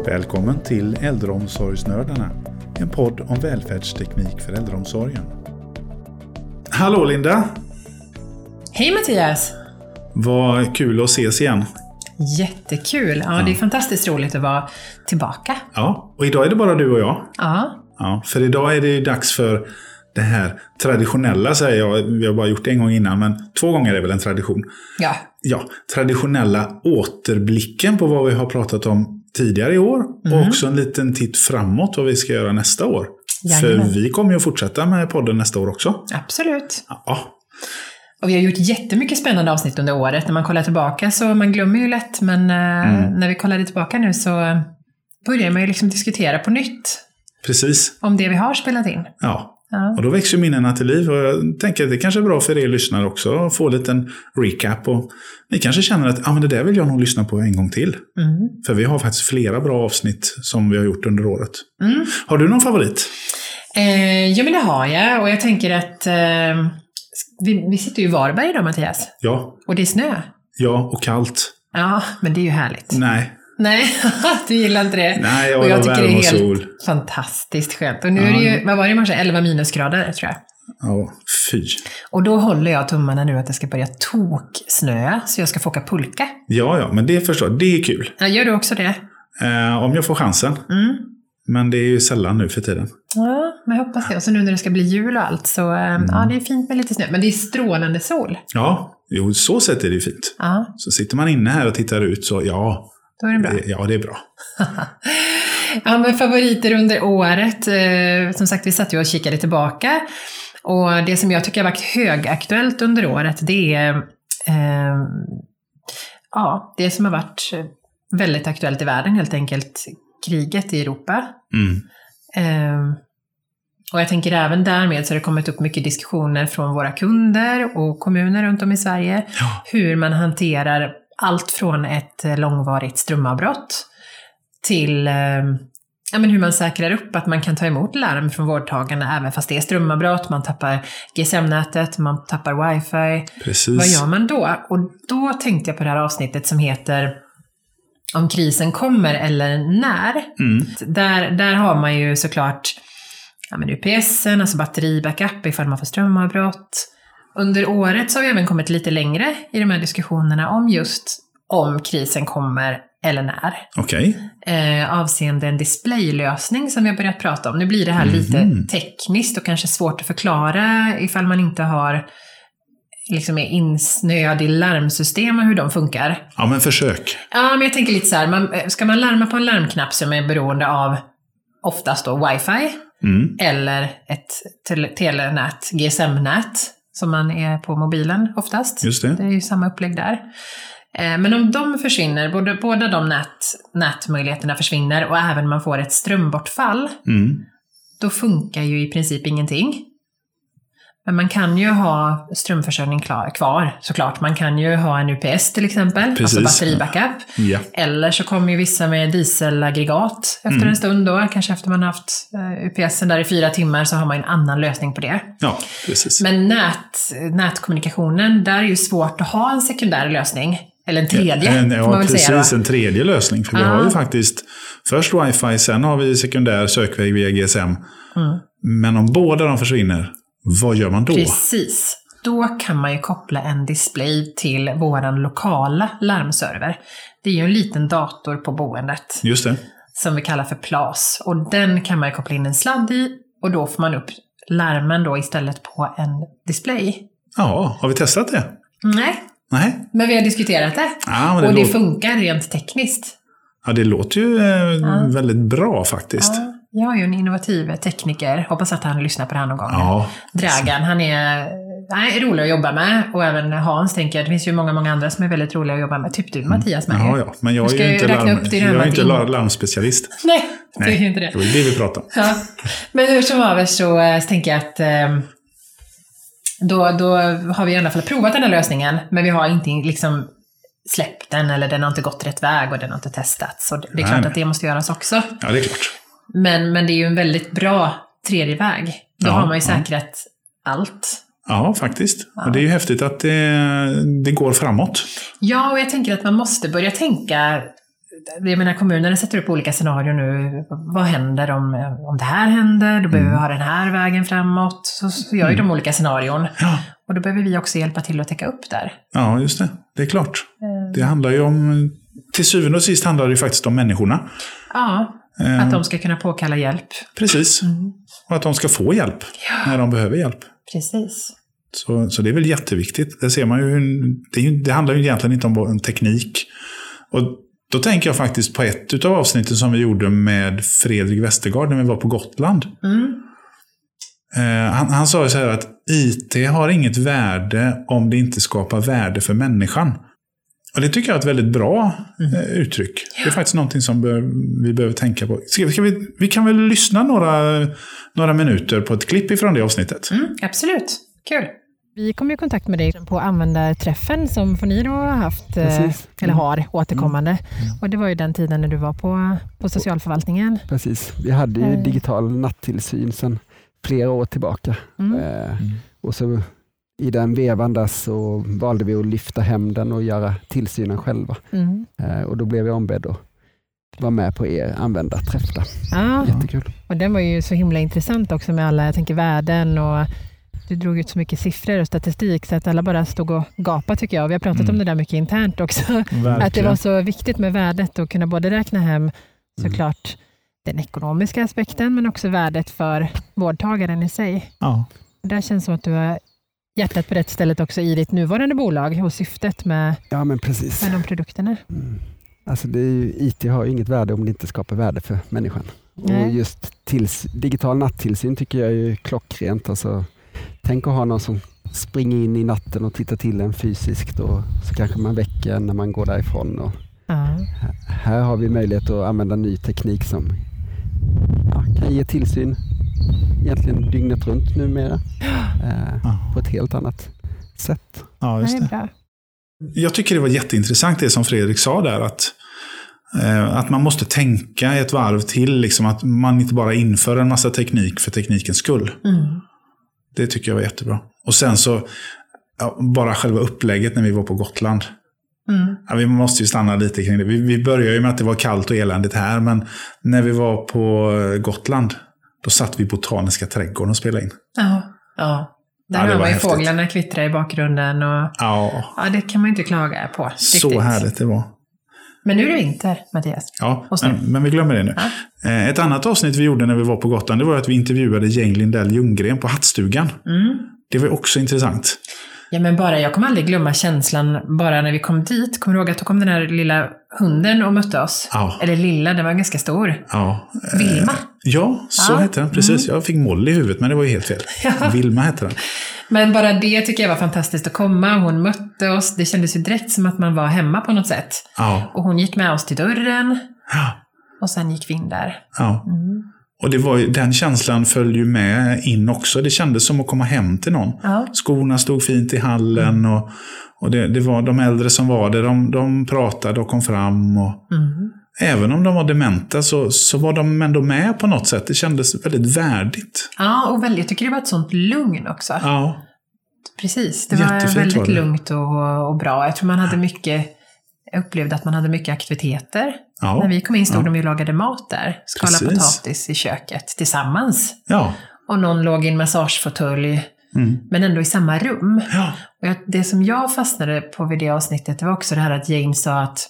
Välkommen till Äldreomsorgsnördarna, en podd om välfärdsteknik för äldreomsorgen. Hallå Linda! Hej Mattias! Vad kul att ses igen. Jättekul! Ja, det är fantastiskt roligt att vara tillbaka. Ja, och idag är det bara du och jag. Ja, För idag är det ju dags för det här traditionella, säger jag. Vi har bara gjort det en gång innan, men 2 gånger är väl en tradition. Ja, traditionella återblicken på vad vi har pratat om tidigare i år. Och också en liten titt framåt vad vi ska göra nästa år. Jajamän. För vi kommer ju att fortsätta med podden nästa år också. absolut. Ja, Och vi har gjort jättemycket spännande avsnitt under året. När man kollar tillbaka så man glömmer ju lätt. Men när vi kollade tillbaka nu så börjar man ju liksom diskutera på nytt. precis. Om det vi har spelat in. Ja. Och då växer minnena till liv och jag tänker att det kanske är bra för er lyssnare också att få en liten recap och ni kanske känner att men det där vill jag nog lyssna på en gång till. För vi har faktiskt flera bra avsnitt som vi har gjort under året. Har du någon favorit? Ja, men det har jag. Och jag tänker att vi sitter ju i Varberg idag, Mattias. Ja. Och det är snö. Ja, och kallt. Ja, men det är ju härligt. Nej, du gillar inte det. Nej, och jag tycker det är helt sol. Fantastiskt skönt. Och nu är det ju, vad var det i morse? 11 minusgrader tror jag. Ja, fy. Och då håller jag tummarna nu att det ska börja toksnöa så jag ska få åka pulka. Ja, men det förstår jag. Det är kul. Ja, gör du också det? Om jag får chansen. Men det är ju sällan nu för tiden. Ja, men jag hoppas det. Och så nu när det ska bli jul och allt så ja, det är fint med lite snö. Men det är strålande sol. Ja, jo, så sett är det fint. Ja. Så sitter man inne här och tittar ut så Då är det bra. Det är bra. Ja, men favoriter under året. Som sagt, vi satt ju och kikade tillbaka. Och det som jag tycker har varit högaktuellt under året, det är det som har varit väldigt aktuellt i världen helt enkelt. Kriget i Europa. Och jag tänker även därmed så har det kommit upp mycket diskussioner från våra kunder och kommuner runt om i Sverige. Ja. Hur man hanterar allt från ett långvarigt strömavbrott till hur man säkrar upp att man kan ta emot larm från vårdtagarna även fast det är strömavbrott, man tappar GSM-nätet, man tappar wifi. Precis. Vad gör man då? Och då tänkte jag på det här avsnittet som heter Om krisen kommer eller när. Där har man ju såklart UPSen, alltså batteribackup ifall man får strömavbrott. Under året så har vi även kommit lite längre i de här diskussionerna om just om krisen kommer eller när. Okej. Avseende en displaylösning som vi har börjat prata om. Nu blir det här lite tekniskt och kanske svårt att förklara ifall man inte har liksom är insnöad i larmsystem och hur de funkar. Ja, men försök. Ja, men jag tänker lite så här, ska man larma på en larmknapp som är beroende av oftast då wifi eller ett telenät, GSM-nät som man är på mobilen oftast. Just det. Det är ju samma upplägg där. Men om de försvinner, båda de nätmöjligheterna försvinner och även man får ett strömbortfall, då funkar ju i princip ingenting. Men man kan ju ha strömförsörjning kvar, såklart. Man kan ju ha en UPS till exempel, precis, alltså batteribackup. Ja. Eller så kommer ju vissa med dieselaggregat efter en stund då. Kanske efter man haft UPSen där i 4 timmar så har man en annan lösning på det. Ja, precis. Men nätkommunikationen, där är ju svårt att ha en sekundär lösning. Eller en tredje, får man väl precis, säga. en tredje lösning. För vi har ju faktiskt först wifi, sen har vi sekundär sökväg via GSM. Men om båda de försvinner, vad gör man då? Precis. Då kan man ju koppla en display till våran lokala larmserver. Det är ju en liten dator på boendet. Just det. Som vi kallar för PLAS. Och den kan man ju koppla in en sladd i. Och då får man upp larmen då istället på en display. Ja, har vi testat det? Nej. Men vi har diskuterat det. Ja, men det funkar rent tekniskt. Ja, det låter ju väldigt bra faktiskt. Ja, jag är ju en innovativ tekniker. Hoppas att han lyssnar på det här någon gång. Ja. Dragan, han är rolig att jobba med. Och även Hans, tänker jag. Det finns ju många andra som är väldigt roliga att jobba med. Typ du, Mattias, med. Ja. Men jag är ju inte larmspecialist. Nej, det är ju inte det. Det är det vi pratar om. Ja. Men hur som haver så tänker jag att då har vi i alla fall provat den här lösningen. Men vi har inte liksom släppt den eller den har inte gått rätt väg och den har inte testats. Så det är klart att det måste göras också. Ja, det är klart. Men det är ju en väldigt bra tredje väg. Då har man ju säkrat allt. Ja, faktiskt. Ja. Och det är ju häftigt att det går framåt. Ja, och jag tänker att man måste börja tänka jag menar, kommunerna sätter upp olika scenarier nu. Vad händer om det här händer? Då behöver vi ha den här vägen framåt. Så gör ju de olika scenarion. Ja. Och då behöver vi också hjälpa till att täcka upp där. Ja, just det. Det är klart. Det handlar ju om, till syvende och sist handlar det ju faktiskt om människorna. Ja, att de ska kunna påkalla hjälp. Precis. Och att de ska få hjälp när de behöver hjälp. Precis. Så det är väl jätteviktigt. Det ser man ju, det handlar ju egentligen inte om en teknik. Och då tänker jag faktiskt på ett utav avsnitten som vi gjorde med Fredrik Westergaard när vi var på Gotland. Han sa ju så här att IT har inget värde om det inte skapar värde för människan. Och det tycker jag är ett väldigt bra uttryck. Ja. Det är faktiskt någonting som vi behöver tänka på. Vi kan väl lyssna några minuter på ett klipp ifrån det avsnittet. Absolut, kul. Vi kom i kontakt med dig på användarträffen som Foniro har haft, eller har återkommande. Och det var ju den tiden när du var på socialförvaltningen. Precis, vi hade ju digital nattillsyn sedan flera år tillbaka. Och så i den vevan där så valde vi att lyfta hem den och göra tillsynen själva. Och då blev jag ombedd att vara med på er användarträff. Ja. Jättekul. Och den var ju så himla intressant också med alla, jag tänker, värden, och du drog ut så mycket siffror och statistik så att alla bara stod och gapade, tycker jag. Vi har pratat om det där mycket internt också. Verkligen. Att det var så viktigt med värdet att kunna både räkna hem såklart den ekonomiska aspekten men också värdet för vårdtagaren i sig. Ja. Det känns som att du har hjärtat på rätt stället också i ditt nuvarande bolag och syftet med, med de produkterna. Alltså IT har ju inget värde om det inte skapar värde för människan. Nej. Och just digital nattillsyn tycker jag är ju klockrent. Alltså, tänk att ha någon som springer in i natten och tittar till en fysiskt, och så kanske man väcker när man går därifrån. Och här har vi möjlighet att använda ny teknik som kan ge tillsyn egentligen dygnet runt numera på ett helt annat sätt. Ja, just det. Jag tycker det var jätteintressant det som Fredrik sa där, att man måste tänka ett varv till, liksom, att man inte bara inför en massa teknik för teknikens skull. Det tycker jag var jättebra. Och sen så bara själva upplägget när vi var på Gotland. Vi måste ju stanna lite kring det. Vi började ju med att det var kallt och eländigt här, men när vi var på Gotland då satt vi i Botaniska trädgården och spelade in. Ja. Där har man ju fåglarna kvittra i bakgrunden. Och, det kan man inte klaga på. Riktigt. Så härligt det var. Men nu är det vinter, Mattias. Ja, men vi glömmer det nu. Ett annat avsnitt vi gjorde när vi var på Gotland, det var att vi intervjuade Jane Lindell Ljunggren på Hattstugan. Det var också intressant. Ja, men jag kommer aldrig glömma känslan bara när vi kom dit. Kommer du ihåg att då kom den här lilla hunden och mötte oss? Ja. Eller lilla, den var ganska stor. Ja. Vilma. Ja, så hette den. Precis. Jag fick Molly i huvudet, men det var ju helt fel. Vilma hette den. Men bara det tycker jag var fantastiskt att komma. Hon mötte oss. Det kändes ju direkt som att man var hemma på något sätt. Ja. Och hon gick med oss till dörren. Ja. Och sen gick vi in där. Ja. Och det var ju, den känslan följde ju med in också. Det kändes som att komma hem till någon. Ja. Skorna stod fint i hallen. Och det var de äldre som var där. De pratade och kom fram. Och även om de var dementa så var de ändå med på något sätt. Det kändes väldigt värdigt. Ja, och jag tycker det var ett sånt lugn också. Ja. Precis, det var väldigt lugnt och bra. Jag tror man hade jag upplevde att man hade mycket aktiviteter. Ja. När vi kom in stod de ju och lagade mat där. Skala potatis i köket tillsammans. Ja. Och någon låg i en massagefåtölj. Men ändå i samma rum. Ja. Och det som jag fastnade på vid det avsnittet, det var också det här att James sa att,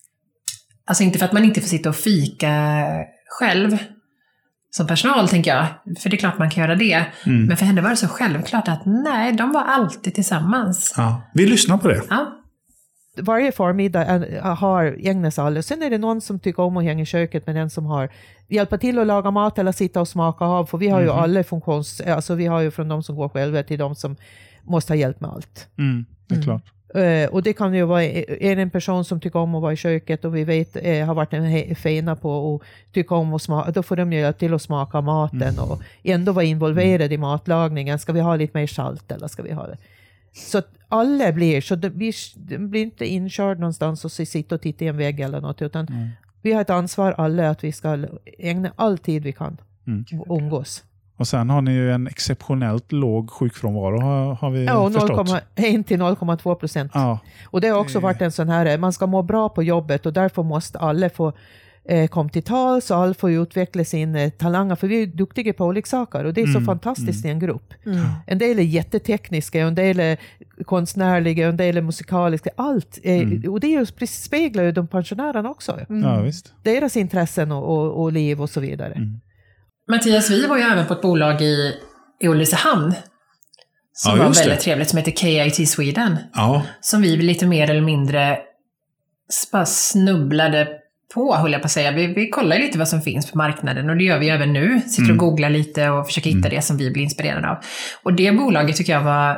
alltså inte för att man inte får sitta och fika själv som personal, tänker jag. För det är klart man kan göra det. Men för henne var det så självklart att nej, de var alltid tillsammans. Ja. Vi lyssnar på det. Ja. Varje förmiddag har Agnes alla. Sen är det någon som tycker om att hänga i köket med den som har hjälpa till att laga mat eller sitta och smaka av. För vi har ju alla alltså vi har ju från de som går själva till de som måste ha hjälp med allt. Det är klart. Och det kan ju vara en person som tycker om att vara i köket och vi vet har varit en fina på och tycker om att smaka. Då får de ju hjälp till att smaka maten och ändå vara involverade i matlagningen. Ska vi ha lite mer salt eller ska vi ha det? Så att alla blir, så det blir inte inkörd någonstans och sitta och titta i en vägg eller något, utan vi har ett ansvar alla att vi ska ägna all tid vi kan och umgås. Och sen har ni ju en exceptionellt låg sjukfrånvaro har vi förstått. 1 till 0,2%. Ja. Och det har också varit en sån här, man ska må bra på jobbet och därför måste alla få komma till tals och alla får utveckla sin talanger, för vi är duktiga på olika saker och det är så fantastiskt i en grupp. En del är jättetekniska, en del är konstnärliga, en del är musikaliska, allt. Och det speglar ju de pensionärerna också. Ja, visst. Deras intressen och liv och så vidare. Mattias, vi var ju även på ett bolag i Ulricehamn som var väldigt trevligt, som heter KIT Sweden. Ja. Som vi lite mer eller mindre bara snubblade på, höll jag på att säga. Vi kollar lite vad som finns på marknaden och det gör vi även nu. Sitter och googlar lite och försöker hitta det som vi blir inspirerade av. Och det bolaget tycker jag var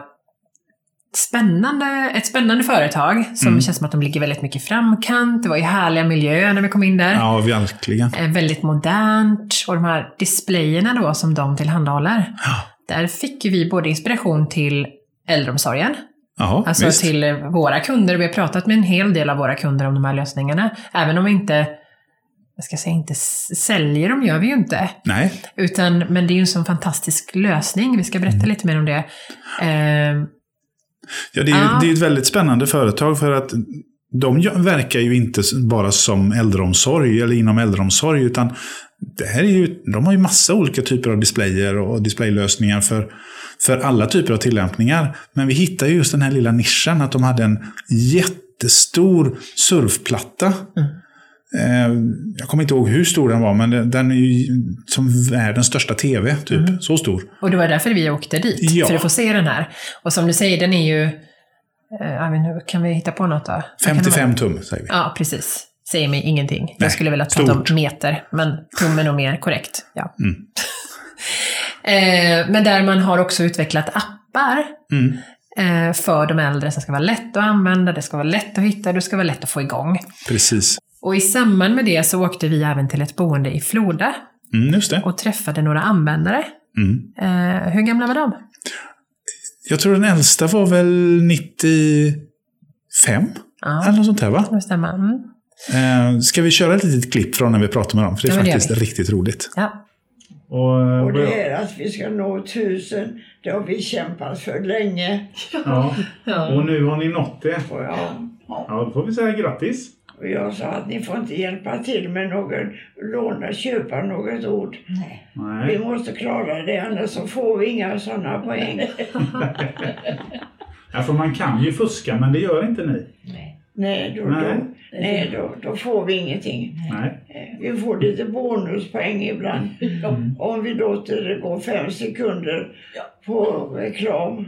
ett spännande företag som känns som att de ligger väldigt mycket framkant. Det var ju härliga miljöer när vi kom in där. Ja, verkligen. Väldigt modernt. Och de här displayerna då som de tillhandahåller. Där fick vi både inspiration till äldreomsorgen. Aha, alltså visst. Till våra kunder. Vi har pratat med en hel del av våra kunder om de här lösningarna. Även om vi inte, inte säljer dem, gör vi ju inte. Nej. Men det är ju en sån fantastisk lösning. Vi ska berätta lite mer om det. Ja, det är ett väldigt spännande företag för att de verkar ju inte bara som äldreomsorg eller inom äldreomsorg, utan det här är ju, de har ju massa olika typer av displayer och displaylösningar för alla typer av tillämpningar. Men vi hittar ju just den här lilla nischen att de hade en jättestor surfplatta. Jag kommer inte ihåg hur stor den var, men den är ju som världens största tv, typ. Så stor. Och det var därför vi åkte dit, för att få se den här. Och som du säger, den är ju... kan vi hitta på något då? 55 tum, säger vi. Ja, precis. Säger mig ingenting. Nej, jag skulle vilja prata om meter, men tum är nog mer korrekt. Ja. Men där man har också utvecklat appar för de äldre som ska vara lätt att använda, det ska vara lätt att hitta, det ska vara lätt att få igång. Precis. Och i samband med det så åkte vi även till ett boende i Floda just det. Och träffade några användare. Hur gamla var de? Jag tror den äldsta var väl 95 eller något sånt här, va? Det stämmer. Ska vi köra ett litet klipp från när vi pratar med dem? För det är faktiskt riktigt roligt. Ja. Och det är att vi ska nå 1000. Det har vi kämpat för länge. Ja. Och nu har ni nått det. Ja, då får vi säga grattis. Och jag sa att ni får inte hjälpa till med köpa något ord. Nej. Vi måste klara det, annars så får vi inga sådana poäng. Ja, för man kan ju fuska, men det gör inte ni. Nej, då får vi ingenting. Nej. Vi får lite bonuspoäng ibland. Om vi låter det gå 5 sekunder på reklam.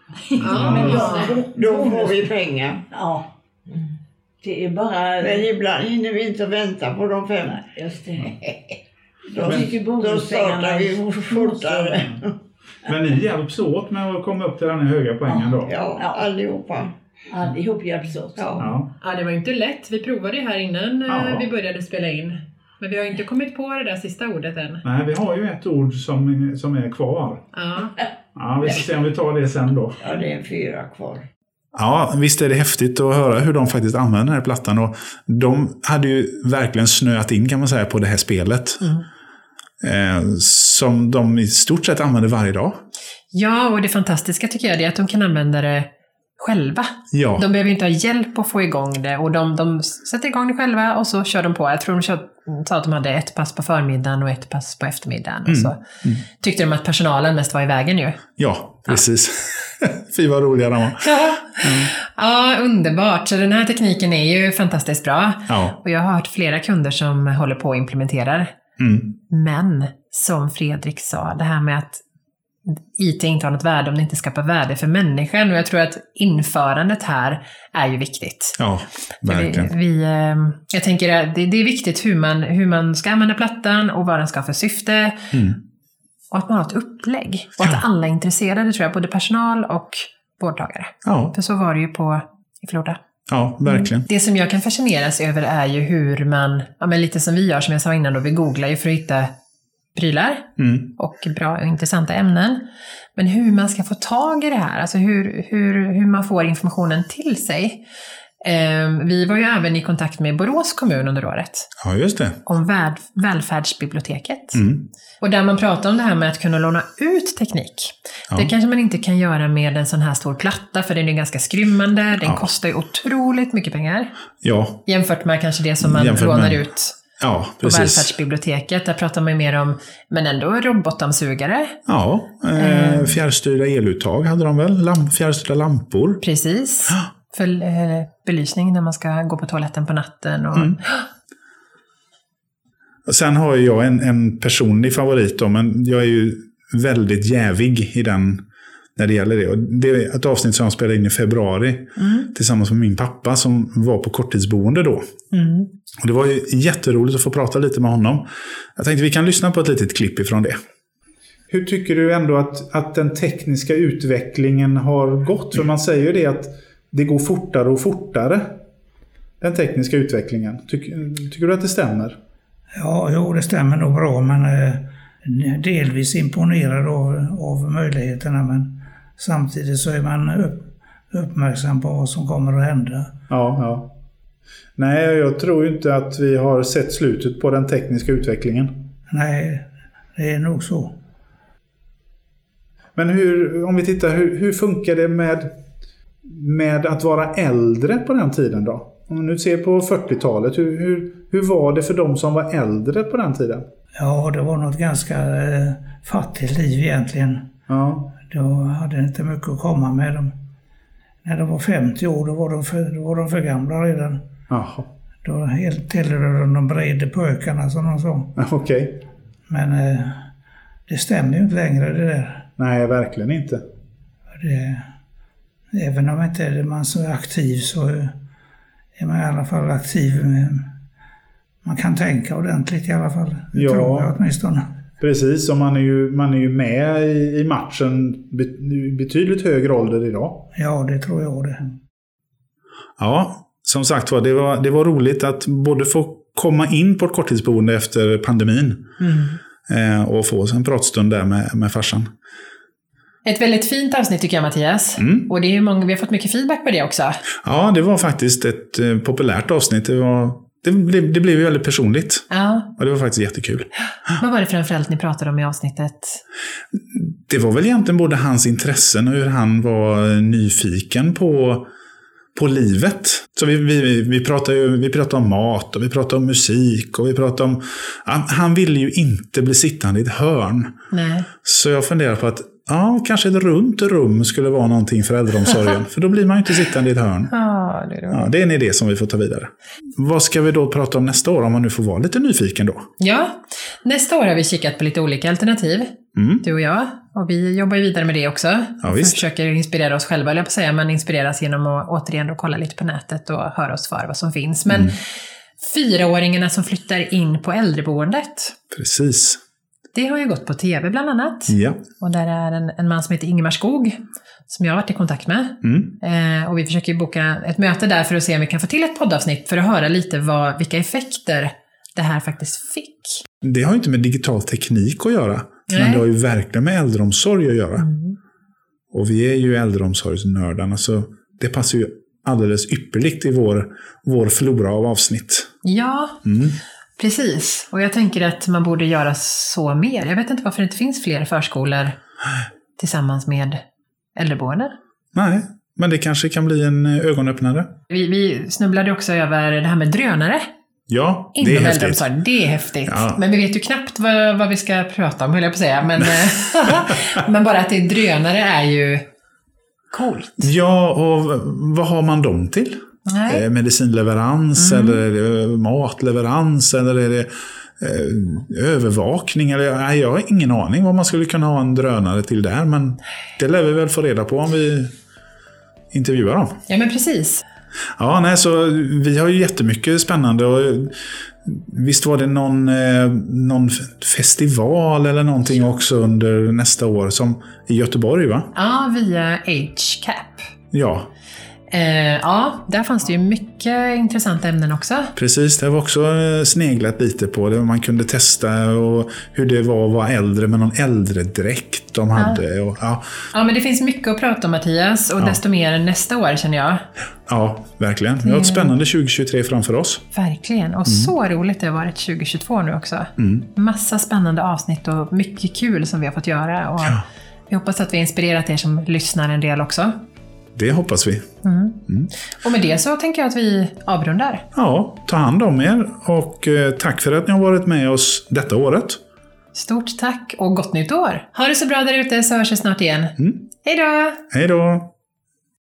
Då får vi pengar. Ja. Det är bara... Men ibland hinner vi inte vänta på de 5. Just det. Då startar vi fortare. Men ni hjälps åt med att komma upp till den här höga poängen då? Ja, allihopa. Allihop hjälps åt. Ja, det var ju inte lätt. Vi provade ju här innan vi började spela in. Men vi har inte kommit på det där sista ordet än. Nej, vi har ju ett ord som är kvar. Ja, vi ska se om vi tar det sen då. Ja, det är 4 kvar. Ja, visst är det häftigt att höra hur de faktiskt använder den här plattan. Och de hade ju verkligen snöat in, kan man säga, på det här spelet. Som de i stort sett använder varje dag. Ja, och det fantastiska tycker jag är att de kan använda det själva. Ja. De behöver inte ha hjälp att få igång det. Och de sätter igång det själva och så kör de på. Jag tror de sa att de hade 1 pass på förmiddagen och 1 pass på eftermiddagen. Och så tyckte de att personalen mest var i vägen ju. Ja, precis. Fy vad roliga de var. Ja, underbart. Så den här tekniken är ju fantastiskt bra. Ja. Och jag har hört flera kunder som håller på och implementerar. Men som Fredrik sa, det här med att IT inte har något värde om det inte skapar värde för människan. Och jag tror att införandet här är ju viktigt. Ja, verkligen. Jag tänker att det är viktigt hur man ska använda plattan och vad den ska för syfte. Och att man har ett upplägg. Och att alla är intresserade, tror jag, både personal och vårdtagare. Ja. För så var det ju i Floda. Ja, verkligen. Det som jag kan fascineras över är ju hur man, men lite som vi gör, som jag sa innan då, vi googlar ju för att hitta prylar och bra och intressanta ämnen. Men hur man ska få tag i det här, alltså hur man får informationen till sig. Vi var ju även i kontakt med Borås kommun under året. Ja, just det. Om välfärdsbiblioteket. Och där man pratar om det här med att kunna låna ut teknik. Ja. Det kanske man inte kan göra med en sån här stor platta, för den är ganska skrymmande. Den kostar ju otroligt mycket pengar. Ja. Jämfört med kanske det som man lånar ut på välfärdsbiblioteket. Där pratar man ju mer om, men ändå robotdammsugare. Ja, fjärrstyrda eluttag hade de väl? Fjärrstyrda lampor. Precis. För belysning när man ska gå på toaletten på natten. Sen har jag en personlig favorit då, men jag är ju väldigt jävig i den när det gäller det. Och det är ett avsnitt som jag spelade in i februari tillsammans med min pappa som var på korttidsboende då. Och det var ju jätteroligt att få prata lite med honom. Jag tänkte vi kan lyssna på ett litet klipp ifrån det. Hur tycker du ändå att den tekniska utvecklingen har gått? För man säger ju det att det går fortare och fortare, den tekniska utvecklingen. Tycker du att det stämmer? Ja, det stämmer nog bra, men delvis imponerad av möjligheterna, men samtidigt så är man uppmärksam på vad som kommer att hända. Ja. Nej, jag tror inte att vi har sett slutet på den tekniska utvecklingen. Nej, det är nog så. Men om vi tittar, hur funkar det med att vara äldre på den tiden då? Om man nu ser på 40-talet, hur var det för de som var äldre på den tiden? Ja, det var något ganska fattigt liv egentligen. Ja. Då hade det inte mycket att komma med dem. När de var 50 år, då var de för gamla redan. Jaha. Då tillhörde de breda pökarna som de sa. Okej. Men det stämmer ju inte längre det där. Nej, verkligen inte. Även om inte man är så aktiv så är man i alla fall aktiv. Man kan tänka ordentligt i alla fall. Det tror jag åtminstone. Precis, och man är ju med i matchen betydligt högre ålder idag. Ja, det tror jag det. Ja, som sagt var, det var roligt att både få komma in på ett korttidsboende efter pandemin och få en pratstund där med farsan. Ett väldigt fint avsnitt tycker jag, Mattias. Och det är ju vi har fått mycket feedback på det också. Ja, det var faktiskt ett populärt avsnitt. Det blev ju väldigt personligt. Ja. Och det var faktiskt jättekul. Vad var det framförallt ni pratade om i avsnittet? Det var väl egentligen både hans intressen och hur han var nyfiken på livet. Så vi pratar om mat och vi pratar om musik och vi pratar om... Han ville ju inte bli sittande i ett hörn. Nej. Så jag funderar på att kanske ett runt rum skulle vara någonting för äldreomsorgen. För då blir man ju inte sittande i ett hörn. Det är en idé som vi får ta vidare. Vad ska vi då prata om nästa år om man nu får vara lite nyfiken då? Ja, nästa år har vi kikat på lite olika alternativ. Du och jag. Och vi jobbar ju vidare med det också. Ja, vi försöker inspirera oss själva, eller på att säga. Men inspireras genom att återigen kolla lite på nätet och höra oss för vad som finns. Men 4-åringarna som flyttar in på äldreboendet. Precis. Det har ju gått på tv bland annat. Ja. Och där är en man som heter Ingemar Skog som jag har varit i kontakt med. Och vi försöker boka ett möte där för att se om vi kan få till ett poddavsnitt för att höra lite vilka effekter det här faktiskt fick. Det har ju inte med digital teknik att göra. Nej. Men det har ju verkligen med äldreomsorg att göra. Och vi är ju äldreomsorgsnördarna, så det passar ju alldeles ypperligt i vår flora av avsnitt. Ja, precis. Och jag tänker att man borde göra så mer. Jag vet inte varför det inte finns fler förskolor tillsammans med äldreboenden. Nej, men det kanske kan bli en ögonöppnare. Vi snubblade också över det här med drönare. Ja, det är häftigt. Det är häftigt. Ja. Men vi vet ju knappt vad vi ska prata om, höll jag på att säga. Men, men bara att det är drönare är ju coolt. Ja, och vad har man dem till? Medicinleverans eller är det matleverans eller är det övervakning? Eller, jag har ingen aning vad man skulle kunna ha en drönare till där. Men det lär vi väl få reda på om vi intervjuar dem. Ja, men precis. Ja, nej, så vi har ju jättemycket spännande och visst var det någon festival eller någonting också under nästa år som i Göteborg, va? Ja, via HCAP. Ja. Ja, där fanns det ju mycket intressanta ämnen också. Precis, det var också sneglat lite på det. Man kunde testa och hur det var att vara äldre med någon äldredräkt de hade. Och, ja, men det finns mycket att prata om, Mattias, och desto mer nästa år, känner jag. Ja, verkligen. Vi har ett spännande 2023 framför oss. Verkligen, och så roligt det har varit 2022 nu också. Massa spännande avsnitt och mycket kul som vi har fått göra. Och vi hoppas att vi har inspirerat er som lyssnar en del också. Det hoppas vi. Och med det så tänker jag att vi avrundar. Ja, ta hand om er och tack för att ni har varit med oss detta året. Stort tack och gott nytt år. Ha det så bra där ute, så hörs vi snart igen. Hej då! Hej då!